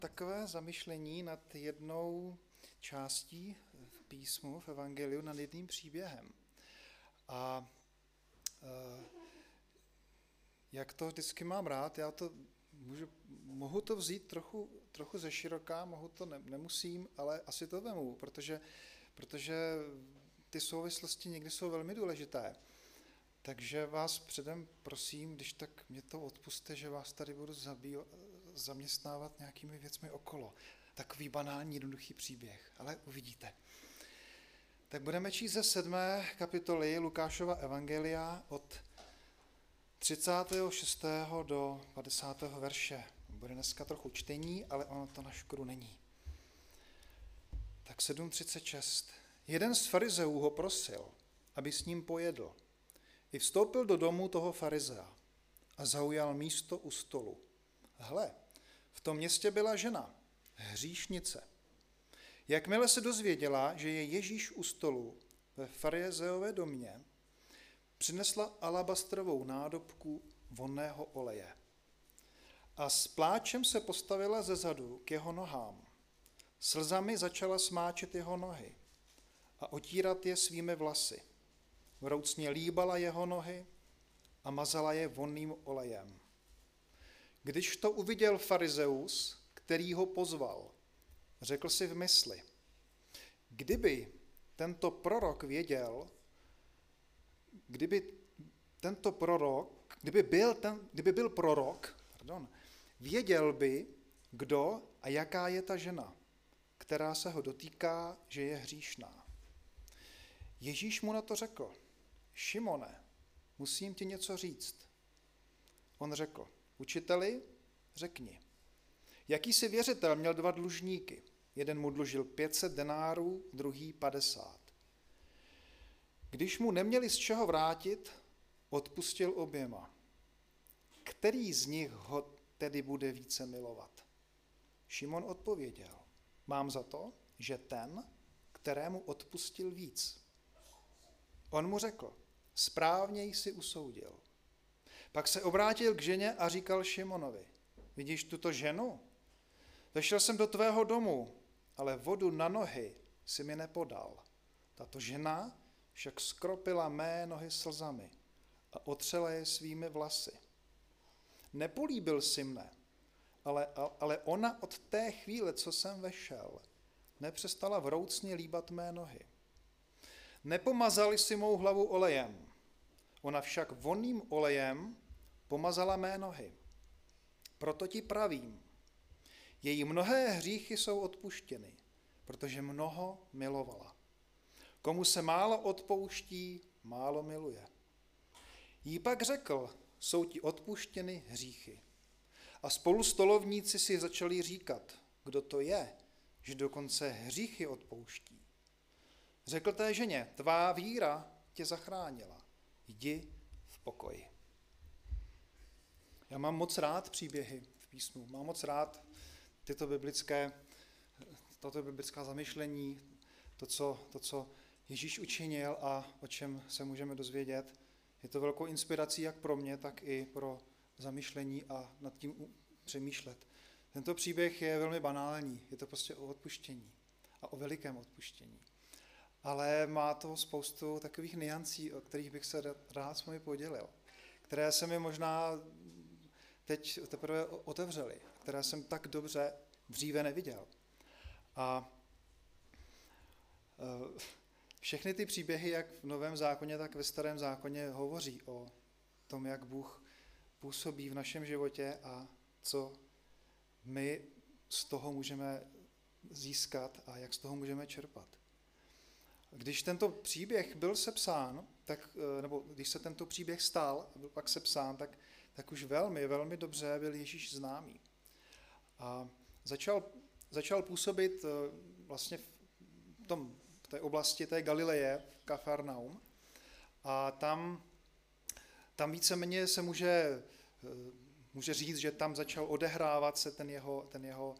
Takové zamyšlení nad jednou částí v písmu, v Evangeliu, nad jedným příběhem. A jak to vždycky mám rád, já to mohu to vzít trochu ze široká, mohu to nemusím, ale asi to vemu, protože ty souvislosti někdy jsou velmi důležité. Takže vás předem prosím, když tak mě to odpuste, že vás tady budu zaměstnávat nějakými věcmi okolo. Takový banální, jednoduchý příběh, ale uvidíte. Tak budeme číst ze 7. kapitoly Lukášova evangelia od 36. do 50. verše. Bude dneska trochu čtení, ale ono to na škodu není. Tak 7:36. Jeden z farizeů ho prosil, aby s ním pojedl. I vstoupil do domu toho farizea a zaujal místo u stolu. Hle, v tom městě byla žena, hříšnice. Jakmile se dozvěděla, že je Ježíš u stolu ve farizeové domě, přinesla alabastrovou nádobku vonného oleje a s pláčem se postavila zezadu k jeho nohám. Slzami začala smáčet jeho nohy a otírat je svými vlasy. Vroucně líbala jeho nohy a mazala je vonným olejem. Když to uviděl farizeus, který ho pozval, řekl si v mysli, kdyby byl prorok, věděl by, kdo a jaká je ta žena, která se ho dotýká, že je hříšná. Ježíš mu na to řekl, Šimone, musím ti něco říct. On řekl, učiteli, řekni. Jakýsi věřitel měl 2 dlužníky. Jeden mu dlužil 500 denárů, druhý 50. Když mu neměli z čeho vrátit, odpustil oběma. Který z nich ho tedy bude více milovat? Šimon odpověděl, mám za to, že ten, kterému odpustil víc. On mu řekl, správně jsi usoudil. Pak se obrátil k ženě a říkal Šimonovi, vidíš tuto ženu? Vešel jsem do tvého domu, ale vodu na nohy si mi nepodal. Tato žena však skropila mé nohy slzami a otřela je svými vlasy. Nepolíbil si mne, ale ona od té chvíle, co jsem vešel, nepřestala vroucně líbat mé nohy. Nepomazali si mou hlavu olejem, ona však vonným olejem pomazala mé nohy. Proto ti pravím, její mnohé hříchy jsou odpuštěny, protože mnoho milovala. Komu se málo odpouští, málo miluje. Jí pak řekl, jsou ti odpuštěny hříchy. A spolu stolovníci si začali říkat, kdo to je, že dokonce hříchy odpouští. Řekl té ženě, tvá víra tě zachránila, jdi v pokoji. Já mám moc rád příběhy v písmu, mám moc rád tato biblická zamyšlení, to, co Ježíš učinil a o čem se můžeme dozvědět. Je to velkou inspirací jak pro mě, tak i pro zamyšlení a nad tím přemýšlet. Tento příběh je velmi banální, je to prostě o odpuštění a o velikém odpuštění. Ale má to spoustu takových nuancí, o kterých bych se rád s vámi podělil, které se mi možná teď teprve otevřely, které jsem tak dobře dříve neviděl. A všechny ty příběhy, jak v Novém zákoně, tak ve Starém zákoně, hovoří o tom, jak Bůh působí v našem životě a co my z toho můžeme získat a jak z toho můžeme čerpat. Když tento příběh byl sepsán, nebo když se tento příběh stal a byl pak sepsán, tak už velmi, velmi dobře byl Ježíš známý. A začal působit vlastně v té oblasti té Galileje, v Kafarnaum. A tam víceméně se může říct, že tam začal odehrávat se ten jeho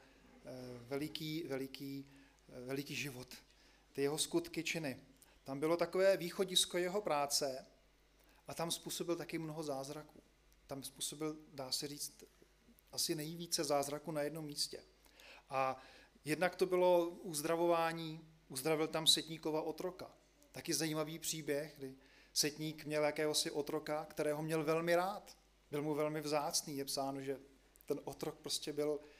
veliký život, ty jeho skutky, činy. Tam bylo takové východisko jeho práce a tam způsobil taky mnoho zázraků. Tam způsobil, dá se říct, asi nejvíce zázraků na jednom místě. A jednak to bylo uzdravování, uzdravil tam setníkova otroka. Taky zajímavý příběh, kdy setník měl jakéhosi otroka, kterého měl velmi rád. Byl mu velmi vzácný. Je psáno, že ten otrok prostě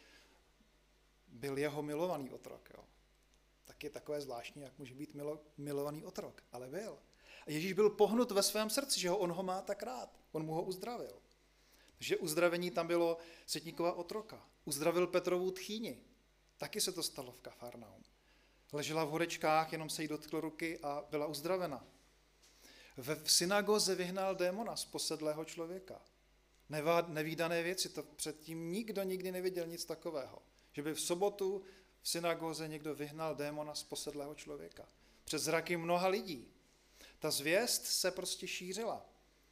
byl jeho milovaný otrok. Jo. Tak je takové zvláštní, jak může být milovaný otrok, ale byl. A Ježíš byl pohnut ve svém srdci, že on ho má tak rád. On mu ho uzdravil. Takže uzdravení tam bylo setníkova otroka. Uzdravil Petrovu tchýni. Taky se to stalo v Kafarnaum. Ležela v horečkách, jenom se jí dotkl ruky a byla uzdravena. V synagoze vyhnal démona z posedlého člověka. Nevídané věci, to předtím nikdo nikdy neviděl nic takového. Že by v sobotu v synagoze někdo vyhnal démona z posedlého člověka. Před zraky mnoha lidí. Ta zvěst se prostě šířila.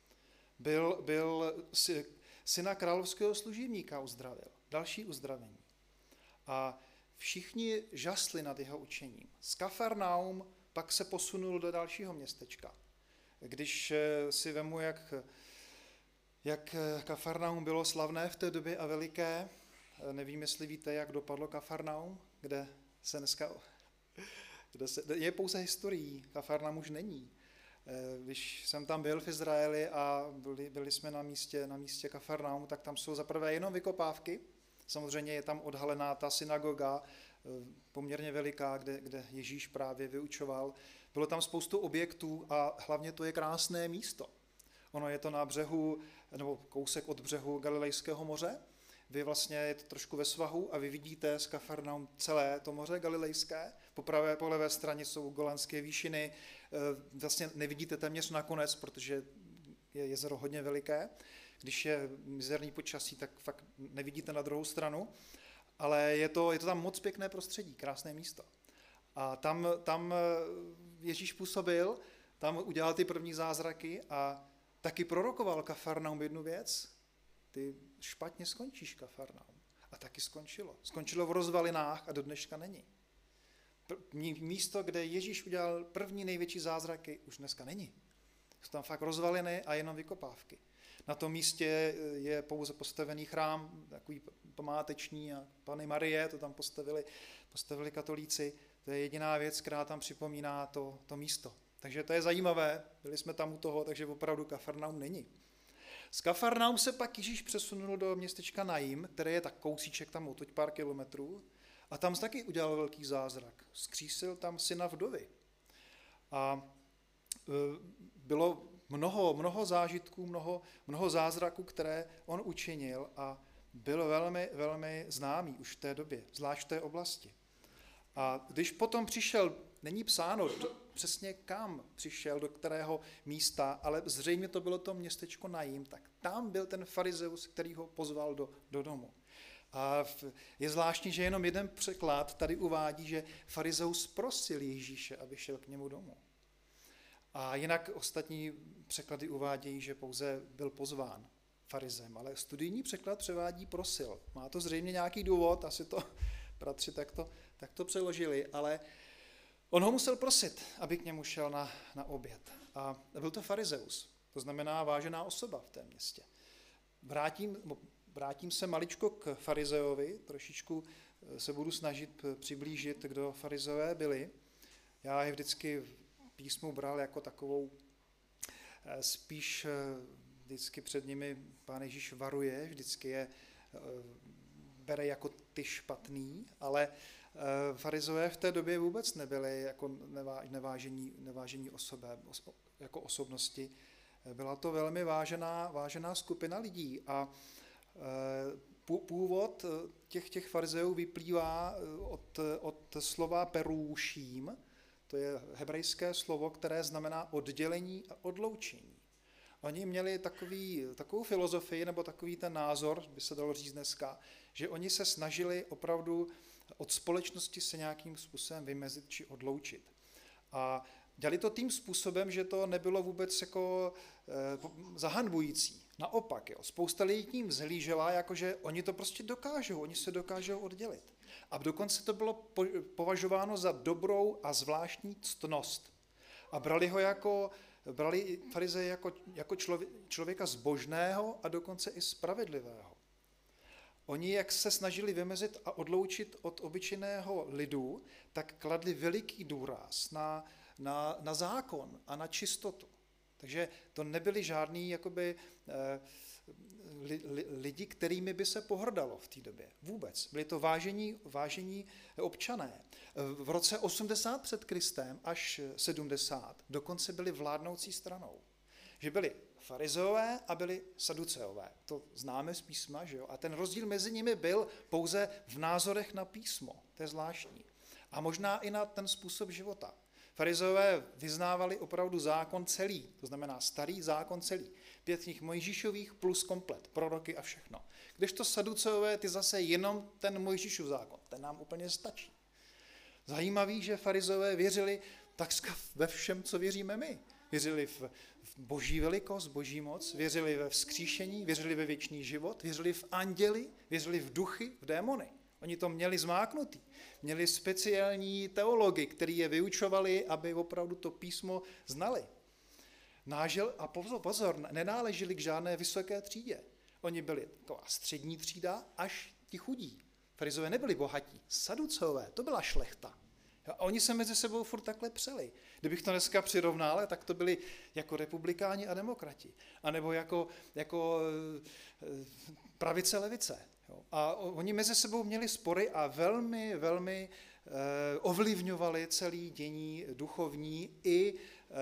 Byl syna královského služebníka uzdravil. Další uzdravení. A všichni žasli nad jeho učením. Z Kafarnaum pak se posunul do dalšího městečka. Když si vemu, jak Kafarnaum bylo slavné v té době a veliké, nevím, jestli víte, jak dopadlo Kafarnaum, kde se dneska... je pouze historií, Kafarnaum už není. Když jsem tam byl v Izraeli a byli jsme na místě Kafarnaum, tak tam jsou zaprvé jenom vykopávky. Samozřejmě je tam odhalená ta synagoga, poměrně veliká, kde Ježíš právě vyučoval. Bylo tam spoustu objektů a hlavně to je krásné místo. Ono je to na břehu, nebo kousek od břehu Galilejského moře. Vy vlastně je to trošku ve svahu a vy vidíte z Kafarnaum celé to moře Galilejské. Po levé straně jsou Golanské výšiny. Vlastně nevidíte téměř nakonec, protože je jezero hodně veliké. Když je mizerný počasí, tak fakt nevidíte na druhou stranu. Ale je to tam moc pěkné prostředí, krásné místo. A tam Ježíš působil, tam udělal ty první zázraky a taky prorokoval Kafarnaum jednu věc. Ty špatně skončíš, Kafarnaum. A taky skončilo. Skončilo v rozvalinách a do dneška není. Místo, kde Ježíš udělal první největší zázraky, už dneska není. Jsou tam fakt rozvaliny a jenom vykopávky. Na tom místě je pouze postavený chrám, takový památeční, a Panny Marie, to tam postavili katolíci. To je jediná věc, která tam připomíná to místo. Takže to je zajímavé, byli jsme tam u toho, takže opravdu Kafarnaum není. Z Kafarnaum se pak Ježíš přesunul do městečka Naim, které je tak kousíček tam odtud pár kilometrů, a tam taky udělal velký zázrak. Vzkřísil tam syna vdovy. A bylo mnoho zážitků, mnoho zázraků, které on učinil a byl velmi, velmi známý už v té době, zvlášť v té oblasti. A když potom přišel, není psáno přesně kam přišel, do kterého místa, ale zřejmě to bylo to městečko Naim, tak tam byl ten farizeus, který ho pozval do domu. A je zvláštní, že jenom jeden překlad tady uvádí, že farizeus prosil Ježíše, aby šel k němu domů. A jinak ostatní překlady uvádějí, že pouze byl pozván farizem, ale studijní překlad převádí prosil. Má to zřejmě nějaký důvod, asi to bratři tak to přeložili, ale on ho musel prosit, aby k němu šel na oběd. A byl to farizeus, to znamená vážená osoba v té městě. Vrátím se maličko k farizeovi, trošičku se budu snažit přiblížit, kdo farizeové byli. Já je vždycky písmu bral jako takovou, spíš vždycky před nimi Pán Ježíš varuje, vždycky je bere jako ty špatný, ale farizové v té době vůbec nebyli jako nevážení jako osobnosti. Byla to velmi vážená skupina lidí a původ těch farizeů vyplývá od slova perůším. To je hebrejské slovo, které znamená oddělení a odloučení. Oni měli takovou filozofii nebo takový ten názor, by se dalo říct dneska, že oni se snažili opravdu od společnosti se nějakým způsobem vymezit či odloučit. A dělali to tím způsobem, že to nebylo vůbec jako zahanbující. Naopak, spousta lidí tím vzhlížela, jakože oni to prostě dokážou, oni se dokážou oddělit. A dokonce to bylo považováno za dobrou a zvláštní ctnost. A brali farizeje jako člověka zbožného a dokonce i spravedlivého. Oni, jak se snažili vymezit a odloučit od obyčejného lidu, tak kladli veliký důraz na zákon a na čistotu. Takže to nebyli žádní jakoby, lidi, kterými by se pohrdalo v té době. Vůbec. Byli to vážení občané. V roce 80 před Kristem až 70 dokonce byli vládnoucí stranou. Že byli farizeové a byli saduceové. To známe z písma, že jo? A ten rozdíl mezi nimi byl pouze v názorech na písmo. To je zvláštní. A možná i na ten způsob života. Farizeové vyznávali opravdu zákon celý, to znamená starý zákon celý. 5 knih Mojžíšových plus komplet, proroky a všechno. Kdežto saduceové, ty zase jenom ten Mojžíšův zákon, ten nám úplně stačí. Zajímavý, že farizeové věřili takřka ve všem, co věříme my. Věřili v boží velikost, boží moc, věřili ve vzkříšení, věřili ve věčný život, věřili v anděli, věřili v duchy, v démony. Oni to měli zmáknutý. Měli speciální teology, kteří je vyučovali, aby opravdu to písmo znali. A pozor, nenáleželi k žádné vysoké třídě. Oni byli taková střední třída až ti chudí. Farizové nebyli bohatí. Saduceové, to byla šlechta. A oni se mezi sebou furt takhle přeli. Kdybych to dneska přirovnal, tak to byli jako republikáni a demokrati. A nebo jako pravice, levice. A oni mezi sebou měli spory a velmi, velmi ovlivňovali celý dění duchovní i,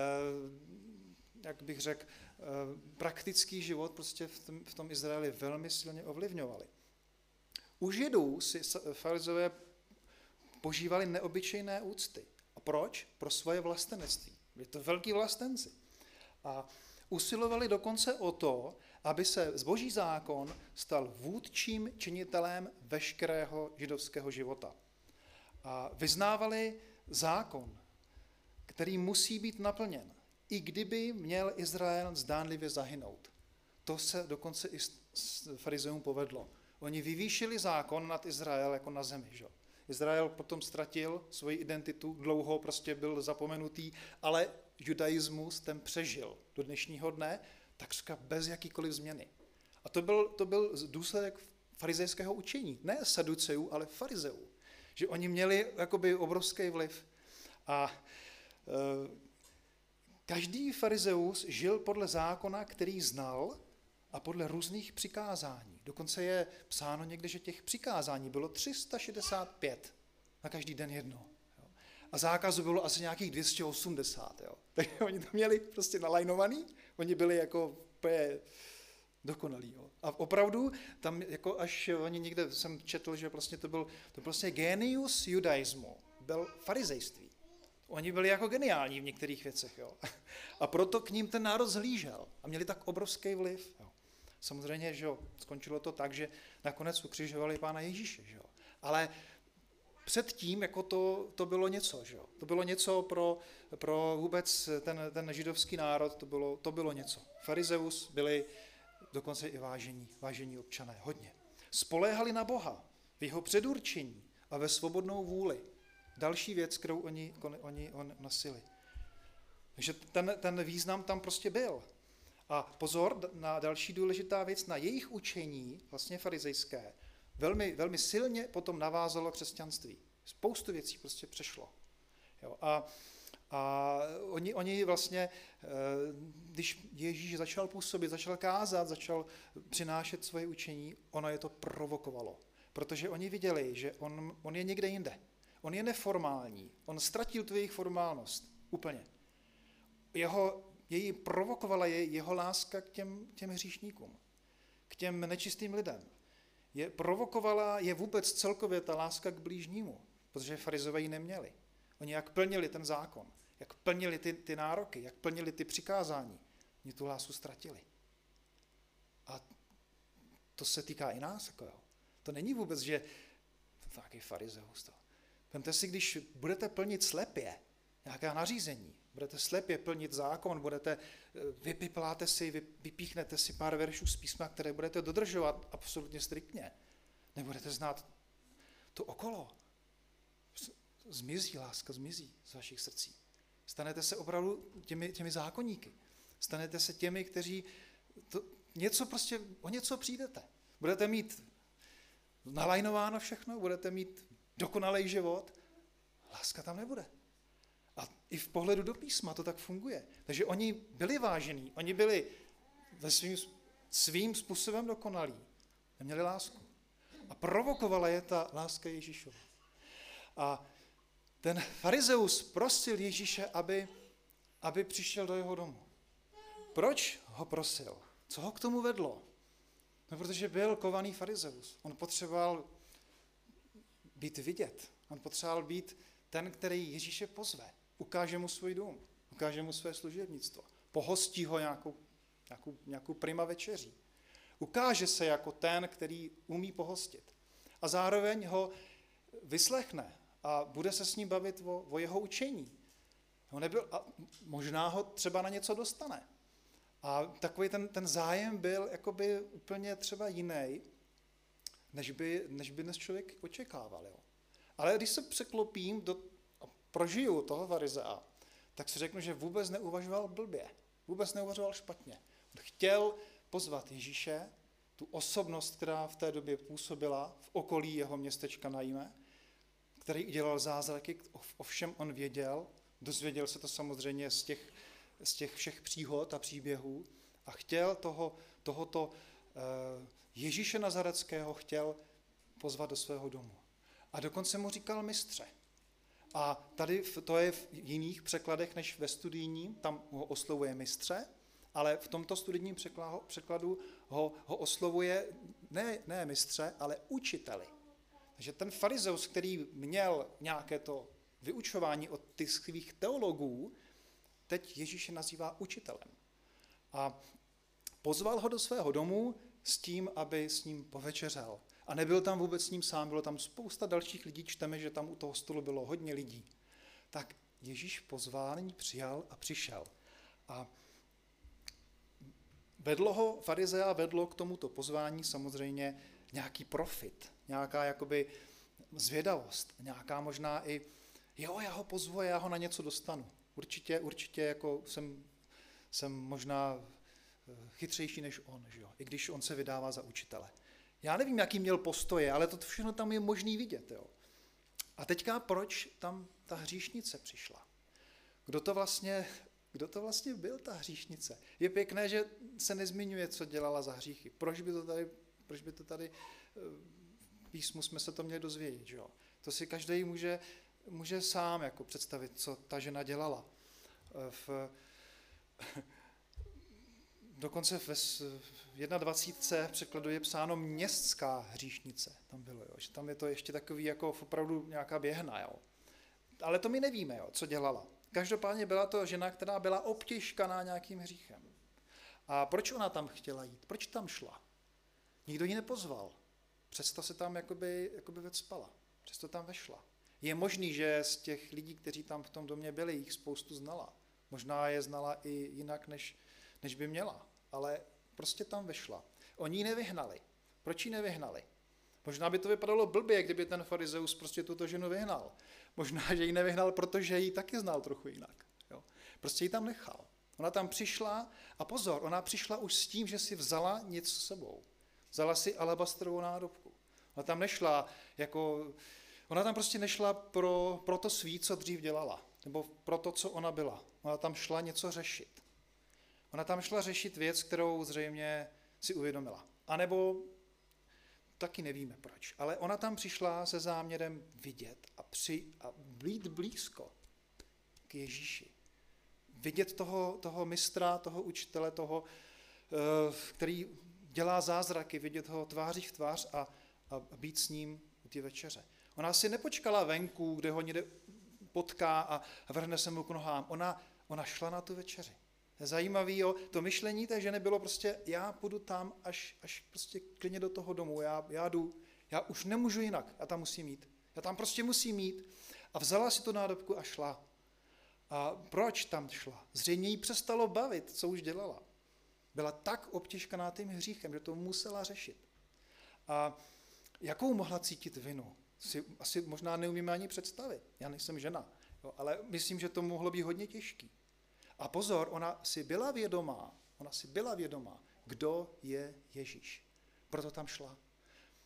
jak bych řekl, praktický život prostě v tom Izraeli velmi silně ovlivňovali. U Židů si farizeové požívali neobyčejné úcty. A proč? Pro svoje vlastenectví. Byli to velký vlastenci. A usilovali dokonce o to, aby se boží zákon stal vůdčím činitelem veškerého židovského života. A vyznávali zákon, který musí být naplněn, i kdyby měl Izrael zdánlivě zahynout. To se dokonce i farizeům povedlo. Oni vyvýšili zákon nad Izrael jako na zemi. Že? Izrael potom ztratil svoji identitu, dlouho prostě byl zapomenutý, ale judaismus ten přežil do dnešního dne, takřka bez jakýkoliv změny. A to byl důsledek farizejského učení. Ne saduceů, ale farizeů. Že oni měli jakoby obrovský vliv. A každý farizeus žil podle zákona, který znal, a podle různých přikázání. Dokonce je psáno někde, že těch přikázání bylo 365. Na každý den jedno. Jo. A zákazů bylo asi nějakých 280. Jo. Takže oni to měli prostě nalajnovaný. Oni byli jako úplně dokonalí. Jo. A opravdu tam jako až oni někde jsem četl, že prostě to byl genius judaismu. Byl farizejství. Oni byli jako geniální v některých věcech. Jo. A proto k ním ten národ zhlížel. A měli tak obrovský vliv. Jo. Samozřejmě, že jo, skončilo to tak, že nakonec ukřižovali Pána Ježíše. Že jo. Ale předtím jako to bylo něco. Že jo. To bylo něco pro vůbec ten židovský národ, to bylo něco. Farizeus byli dokonce i vážení občané, hodně. Spoléhali na Boha, v jeho předurčení a ve svobodnou vůli. Další věc, kterou oni nosili. Takže ten význam tam prostě byl. A pozor, na další důležitá věc, na jejich učení, vlastně farizejské, velmi, velmi silně potom navázalo křesťanství. Spoustu věcí prostě přešlo. Jo, a oni vlastně, když Ježíš začal působit, začal kázat, začal přinášet svoje učení, ono je to provokovalo. Protože oni viděli, že on je někde jinde. On je neformální. On ztratil tu jejich formálnost. Úplně. Její provokovala jeho láska k těm hříšníkům. K těm nečistým lidem. Provokovala je vůbec celkově ta láska k blížnímu. Protože farizové ji neměli. Oni jak plnili ten zákon, jak plnili ty nároky, jak plnili ty přikázání, oni tu lásku ztratili. A to se týká i nás. To není vůbec, že to nějaký farizeus. Vemte si, když budete plnit slepě nějaká nařízení, budete slepě plnit zákon, vypíchnete si pár veršů z písma, které budete dodržovat absolutně striktně, nebudete znát to okolo. Láska zmizí z vašich srdcí. Stanete se opravdu těmi zákonníky. Stanete se těmi, kteří o něco přijdete. Budete mít nalajnováno všechno, budete mít dokonalý život, láska tam nebude. A i v pohledu do písma to tak funguje. Takže oni byli vážení, oni byli ve svým způsobem dokonalí. Neměli lásku. A provokovala je ta láska Ježíšova. A ten farizeus prosil Ježíše, aby přišel do jeho domu. Proč ho prosil? Co ho k tomu vedlo? No, protože byl kovaný farizeus. On potřeboval být vidět. On potřeboval být ten, který Ježíše pozve. Ukáže mu svůj dům. Ukáže mu své služebnictvo. Pohostí ho nějakou prima večeří. Ukáže se jako ten, který umí pohostit. A zároveň ho vyslechne a bude se s ním bavit o jeho učení. A možná ho třeba na něco dostane. A takový ten zájem byl jakoby úplně třeba jiný, než by dnes člověk očekával. Jo. Ale když se překlopím a prožiju toho farizea, tak si řeknu, že vůbec neuvažoval blbě, vůbec neuvažoval špatně. On chtěl pozvat Ježíše, tu osobnost, která v té době působila v okolí jeho městečka Naíme, který udělal zázraky, ovšem on věděl, dozvěděl se to samozřejmě z těch všech příhod a příběhů a chtěl tohoto Ježíše Nazareckého chtěl pozvat do svého domu. A dokonce mu říkal mistře. A tady to je v jiných překladech než ve studijním, tam ho oslovuje mistře, ale v tomto studijním překladu ho oslovuje ne mistře, ale učiteli. Takže ten farizeus, který měl nějaké to vyučování od těch svých teologů, teď Ježíše nazývá učitelem. A pozval ho do svého domu s tím, aby s ním povečeřel. A nebyl tam vůbec s ním sám, bylo tam spousta dalších lidí, čteme, že tam u toho stolu bylo hodně lidí. Tak Ježíš pozvání přijal a přišel. A farizea vedlo k tomuto pozvání samozřejmě nějaký profit, nějaká jakoby zvědavost, nějaká možná i, já ho pozvu, já ho na něco dostanu. Určitě jako jsem možná chytřejší než on, že jo? I když on se vydává za učitele. Já nevím, jaký měl postoje, ale to všechno tam je možný vidět. Jo? A teďka proč tam ta hříšnice přišla? Kdo to vlastně byl ta hříšnice? Je pěkné, že se nezmiňuje, co dělala za hříchy. Proč by to tady v písmu jsme se to měli dozvědět? Že jo? To si každý může sám jako představit, co ta žena dělala. Dokonce v 21. překladu je psáno městská hříšnice. Tam bylo, jo? Že tam je to ještě takový jako opravdu nějaká běhna. Jo? Ale to my nevíme, jo? Co dělala. Každopádně byla to žena, která byla obtěžkaná nějakým hříchem. A proč ona tam chtěla jít? Proč tam šla? Nikdo ji nepozval. Přesto se tam jakoby vecpala. Přesto tam vešla. Je možný, že z těch lidí, kteří tam v tom domě byli, jich spoustu znala. Možná je znala i jinak, než by měla. Ale prostě tam vešla. Oni ji nevyhnali. Proč ji nevyhnali? Možná by to vypadalo blbě, kdyby ten farizeus prostě tuto ženu vyhnal. Možná, že ji nevyhnal, protože ji taky znal trochu jinak. Jo? Prostě ji tam nechal. Ona tam přišla a pozor, ona přišla už s tím, že si vzala něco s sebou. Vzala si alabastrovou nádobku. Ona tam prostě nešla pro to svý, co dřív dělala. Nebo pro to, co ona byla. Ona tam šla něco řešit. Ona tam šla řešit věc, kterou zřejmě si uvědomila. A nebo taky nevíme proč. Ale ona tam přišla se záměrem vidět a být blízko k Ježíši. Vidět toho mistra, toho učitele, toho, který dělá zázraky, vidět ho tváří v tvář a být s ním u té večeře. Ona si nepočkala venku, kde ho někde potká a vrhne se mu k nohám. Ona šla na tu večeři. To je zajímavý, jo? To myšlení té ženy bylo prostě, já půjdu tam až prostě klidně do toho domu, já jdu, já už nemůžu jinak, já tam musím jít. Já tam prostě musím jít. A vzala si tu nádobku a šla. A proč tam šla? Zřejmě jí přestalo bavit, co už dělala. Byla tak obtěžkaná tím hříchem, že to musela řešit. A jakou mohla cítit vinu? Si asi možná neumíme ani představit. Já nejsem žena, jo, ale myslím, že to mohlo být hodně těžký. A pozor, ona si byla vědomá, kdo je Ježíš. Proto tam šla.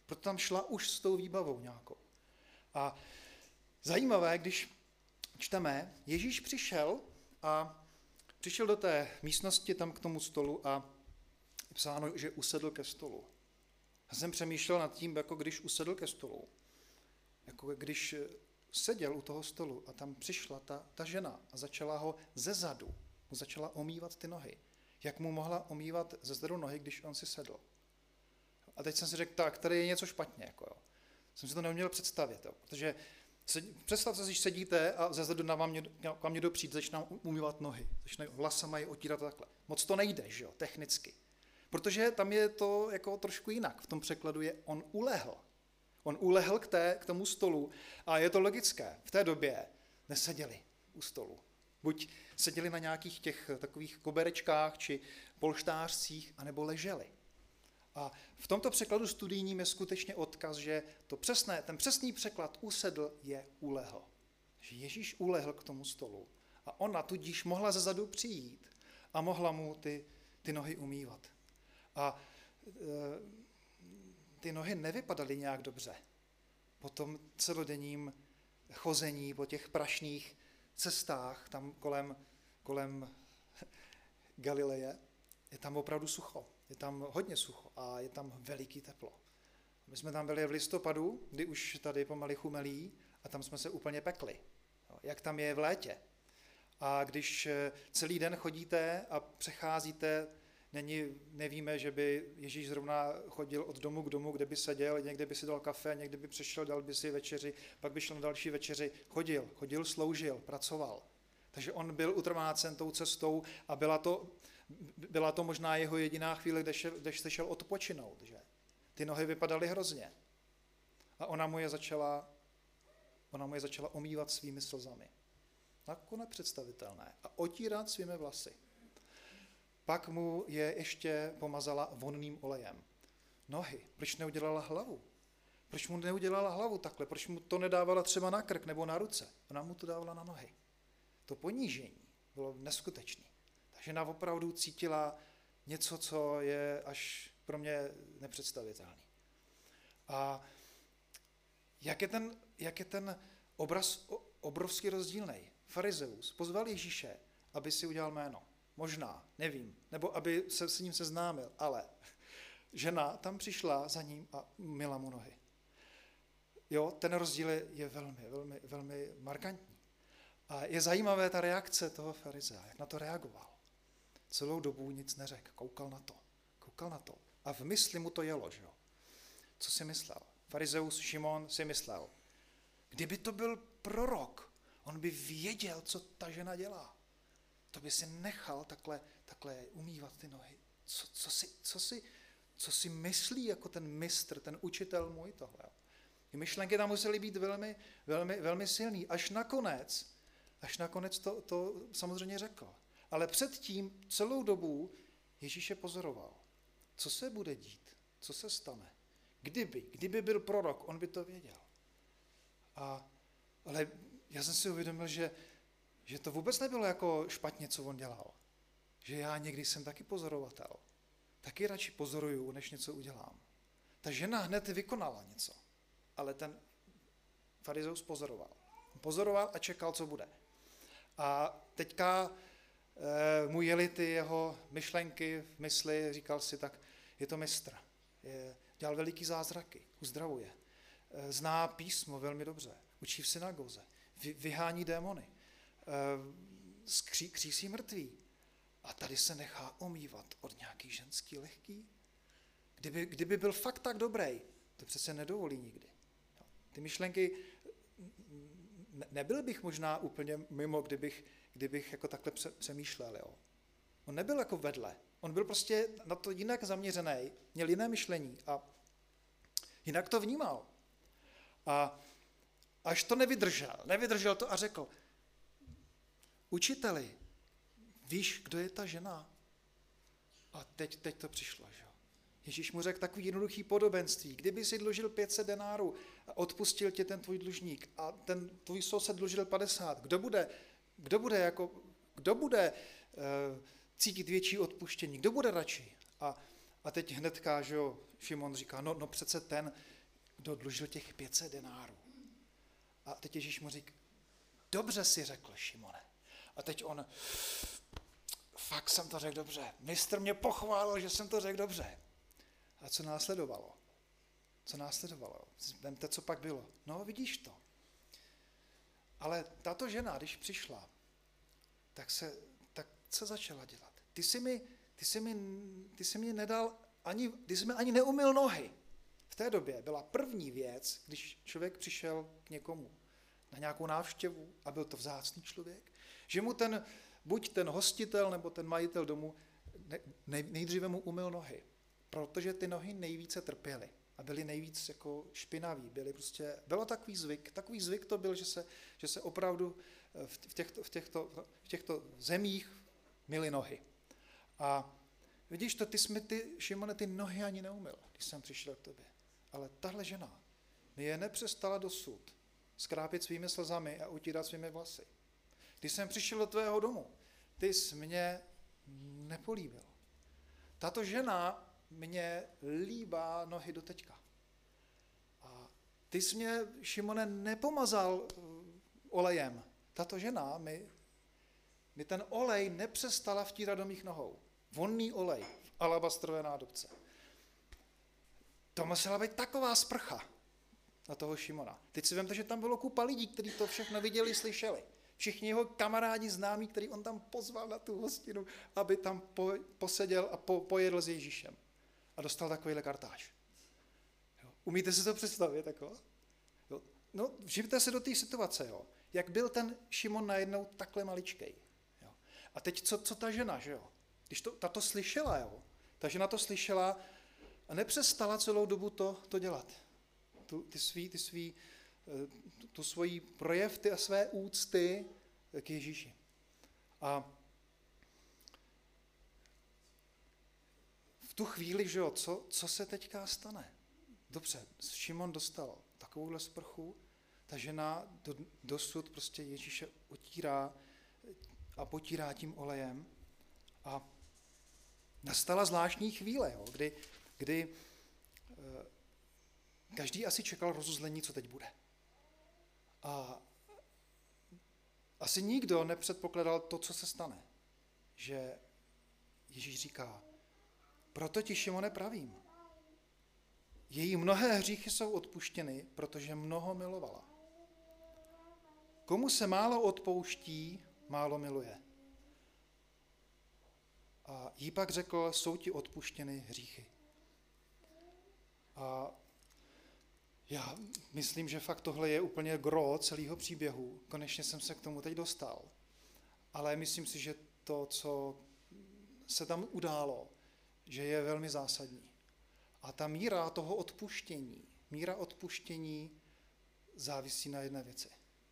Proto tam šla už s tou výbavou nějakou. A zajímavé, když čteme, Ježíš přišel do té místnosti tam k tomu stolu a je psáno, že usedl ke stolu. Já jsem přemýšlel nad tím, jako když usedl ke stolu, jako když seděl u toho stolu a tam přišla ta žena a začala ho zezadu, mu začala omývat ty nohy. Jak mu mohla omývat zezadu nohy, když on si sedl? A teď jsem si řekl, tak, tady je něco špatně. Jako jo. Jsem si to neuměl představit, jo, protože představte si, že sedíte a zezadu na vám někdo přijde, začíná umývat nohy, začne vlasama je otírat takhle. Moc to nejde, že jo, technicky. Protože tam je to jako trošku jinak. V tom překladu je on ulehl. On ulehl k tomu stolu a je to logické. V té době neseděli u stolu. Buď seděli na nějakých těch takových koberečkách či polštářcích, anebo leželi. A v tomto překladu studijním je skutečně odkaz, že ten přesný překlad usedl je ulehl. Že Ježíš ulehl k tomu stolu a ona tudíž mohla zezadu přijít a mohla mu ty nohy umývat. A ty nohy nevypadaly nějak dobře. Po tom celodenním chození, po těch prašných cestách tam kolem Galileje, je tam opravdu sucho. Je tam hodně sucho a je tam veliký teplo. My jsme tam byli v listopadu, kdy už tady pomaly chumelí a tam jsme se úplně pekli. Jak tam je v létě. A když celý den chodíte a přecházíte, nevíme, že by Ježíš zrovna chodil od domu k domu, kde by seděl, někde by si dal kafe, někde by přešel, dal by si večeři, pak by šel na další večeři. Chodil, sloužil, pracoval. Takže on byl utrvácen tou cestou a byla to možná jeho jediná chvíle, kde se šel odpočinout. Že? Ty nohy vypadaly hrozně. A ona mu je začala omývat svými slzami. Jako nepředstavitelné. A otírat svými vlasy. Pak mu je ještě pomazala vonným olejem. Nohy. Proč neudělala hlavu? Proč mu neudělala hlavu takhle? Proč mu to nedávala třeba na krk nebo na ruce? Ona mu to dávala na nohy. To ponížení bylo neskutečné. Ta žena opravdu cítila něco, co je až pro mě nepředstavitelné. A jak je ten obraz obrovský rozdílný? Farizeus pozval Ježíše, aby si udělal jméno. Možná, nevím, nebo aby se s ním seznámil, ale žena tam přišla za ním a myla mu nohy. Jo, ten rozdíl je velmi, velmi, velmi markantní. A je zajímavé ta reakce toho farizea, jak na to reagoval. Celou dobu nic neřekl, koukal na to. A v mysli mu to jelo, že jo. Co si myslel? Farizeus Šimon si myslel, kdyby to byl prorok, on by věděl, co ta žena dělá. To by si nechal takhle umývat ty nohy. Co si myslí jako ten mistr, ten učitel můj tohle. Ty myšlenky tam musely být velmi, velmi, velmi silný. Až nakonec to samozřejmě řekl. Ale předtím celou dobu Ježíše pozoroval. Co se bude dít? Co se stane? Kdyby byl prorok, on by to věděl. Ale já jsem si uvědomil, že to vůbec nebylo jako špatně, co on dělal. Že já někdy jsem taky pozorovatel. Taky radši pozoruju, než něco udělám. Ta žena hned vykonala něco, ale ten farizeus pozoroval. Pozoroval a čekal, co bude. A teďka mu jeli ty jeho myšlenky v mysli, říkal si, tak je to mistr. Dělal veliký zázraky, uzdravuje. Zná písmo velmi dobře, učí v synagoze, vyhání démony, křísí mrtví. A tady se nechá omývat od nějaký ženský lehký. Kdyby byl fakt tak dobrý, to přece nedovolí nikdy. Ty myšlenky, nebyl bych možná úplně mimo, kdybych jako takhle přemýšlel. Jo. On nebyl jako vedle. On byl prostě na to jinak zaměřený, měl jiné myšlení a jinak to vnímal. A až to nevydržel to a řekl, učiteli, víš, kdo je ta žena? A teď to přišlo, že jo. Ježíš mu řekl takový jednoduchý podobenství. Kdyby si dlužil 500 denárů a odpustil tě ten tvůj dlužník a ten tvůj soused dlužil 50, kdo bude cítit větší odpuštění? Kdo bude radši? A teď hnedka, že jo, Šimon říká, no přece ten, kdo dlužil těch 500 denárů. A teď Ježíš mu říká, dobře si řekl, Šimone. A teď on, fakt jsem to řekl dobře. Mistr mě pochválil, že jsem to řekl dobře. A co následovalo? Co následovalo? Vemte, co pak bylo. No, vidíš to. Ale tato žena, když přišla, tak co začala dělat? Ty jsi mi nedal ty jsi mi ani neumyl nohy. V té době byla první věc, když člověk přišel k někomu na nějakou návštěvu a byl to vzácný člověk, že mu buď ten hostitel nebo ten majitel domu nejdříve mu umyl nohy, protože ty nohy nejvíce trpěly a byly nejvíc jako špinavý, bylo takový zvyk. Takový zvyk to byl, že se opravdu v těchto zemích myly nohy. A vidíš to, Šimone, ty nohy ani neumyl, když jsem přišel k tobě. Ale tahle žena mi je nepřestala dosud skrápět svými slzami a utírat svými vlasy. Když jsem přišel do tvého domu, ty jsi mě nepolíbil. Tato žena mě líbá nohy do teďka. A ty jsi mě, Šimone, nepomazal olejem. Tato žena mi ten olej nepřestala vtírat do mých nohou. Vonný olej v alabastrové nádobce. To musela být taková sprcha na toho Šimona. Teď si vemte, že tam bylo kupa lidí, kteří to všechno viděli, slyšeli. Všichni jeho kamarádi, známí, který on tam pozval na tu hostinu, aby tam poseděl a pojedl s Ježíšem. A dostal takovýhle kartáž. Jo. Umíte si to představit? Jako? Jo. No, vžijte se do té situace, jo. Jak byl ten Šimon najednou takhle maličkej. Jo. A teď co ta žena, že jo? Když ta slyšela, jo. Ta žena to slyšela a nepřestala celou dobu to dělat. Tu svoji projev, ty a své úcty k Ježíši. A v tu chvíli, že jo, co se teďka stane? Dobře, Šimon dostal takovouhle sprchu, ta žena dosud prostě Ježíše otírá a potírá tím olejem. A nastala zvláštní chvíle, jo, kdy každý asi čekal rozuzlení, co teď bude. A asi nikdo nepředpokládal to, co se stane. Že Ježíš říká, proto ti, Šimone, pravím. Její mnohé hříchy jsou odpuštěny, protože mnoho milovala. Komu se málo odpouští, málo miluje. A jí pak řekl, jsou ti odpuštěny hříchy. A já myslím, že fakt tohle je úplně gro celého příběhu. Konečně jsem se k tomu teď dostal. Ale myslím si, že to, co se tam událo, že je velmi zásadní. A ta míra toho odpuštění závisí na jedné věci.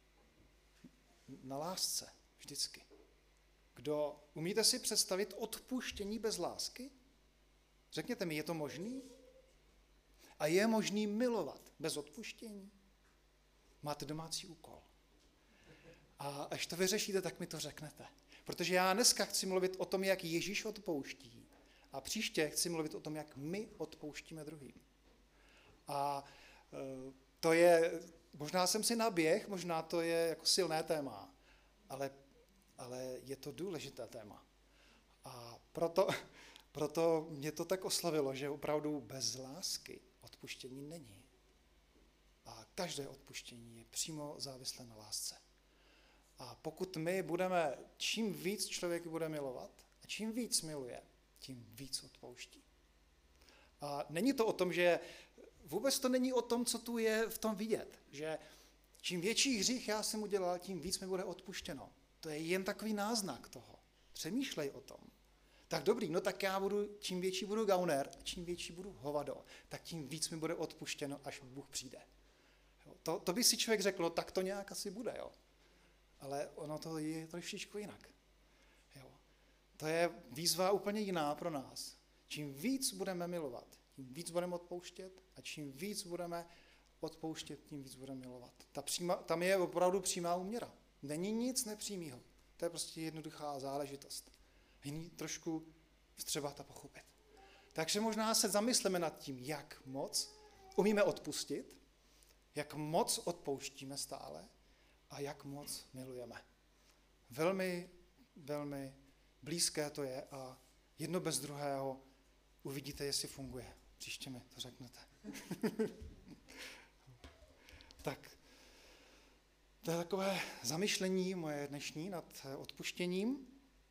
Na lásce vždycky. Umíte si představit odpuštění bez lásky? Řekněte mi, je to možný? A je možný milovat bez odpuštění? Máte domácí úkol. A až to vyřešíte, tak mi to řeknete. Protože já dneska chci mluvit o tom, jak Ježíš odpouští. A příště chci mluvit o tom, jak my odpouštíme druhým. A to je, možná jsem si naběh, možná to je jako silné téma, ale je to důležité téma. A proto mě to tak oslavilo, že opravdu bez lásky odpuštění není. A každé odpuštění je přímo závislé na lásce. A pokud čím víc člověk bude milovat, a čím víc miluje, tím víc odpouští. A není to o tom, vůbec to není o tom, co tu je v tom vidět, že čím větší hřích já jsem udělal, tím víc mi bude odpuštěno. To je jen takový náznak toho. Přemýšlej o tom. Tak dobrý, no tak čím větší budu gauner a čím větší budu hovado, tak tím víc mi bude odpuštěno, až Bůh přijde. Jo, to by si člověk řekl, no tak to nějak asi bude, jo. Ale ono to je trošičku jinak. Jo. To je výzva úplně jiná pro nás. Čím víc budeme milovat, tím víc budeme odpouštět a čím víc budeme odpouštět, tím víc budeme milovat. Tam je opravdu přímá úměra. Není nic nepřímého. To je prostě jednoduchá záležitost. Jiný trošku vstřebat a pochopit. Takže možná se zamysleme nad tím, jak moc umíme odpustit jak moc odpouštíme stále a jak moc milujeme. Velmi, velmi blízké to je a jedno bez druhého uvidíte, jestli funguje. Příště mi to řeknete. Tak, to je takové zamyšlení moje dnešní nad odpuštěním.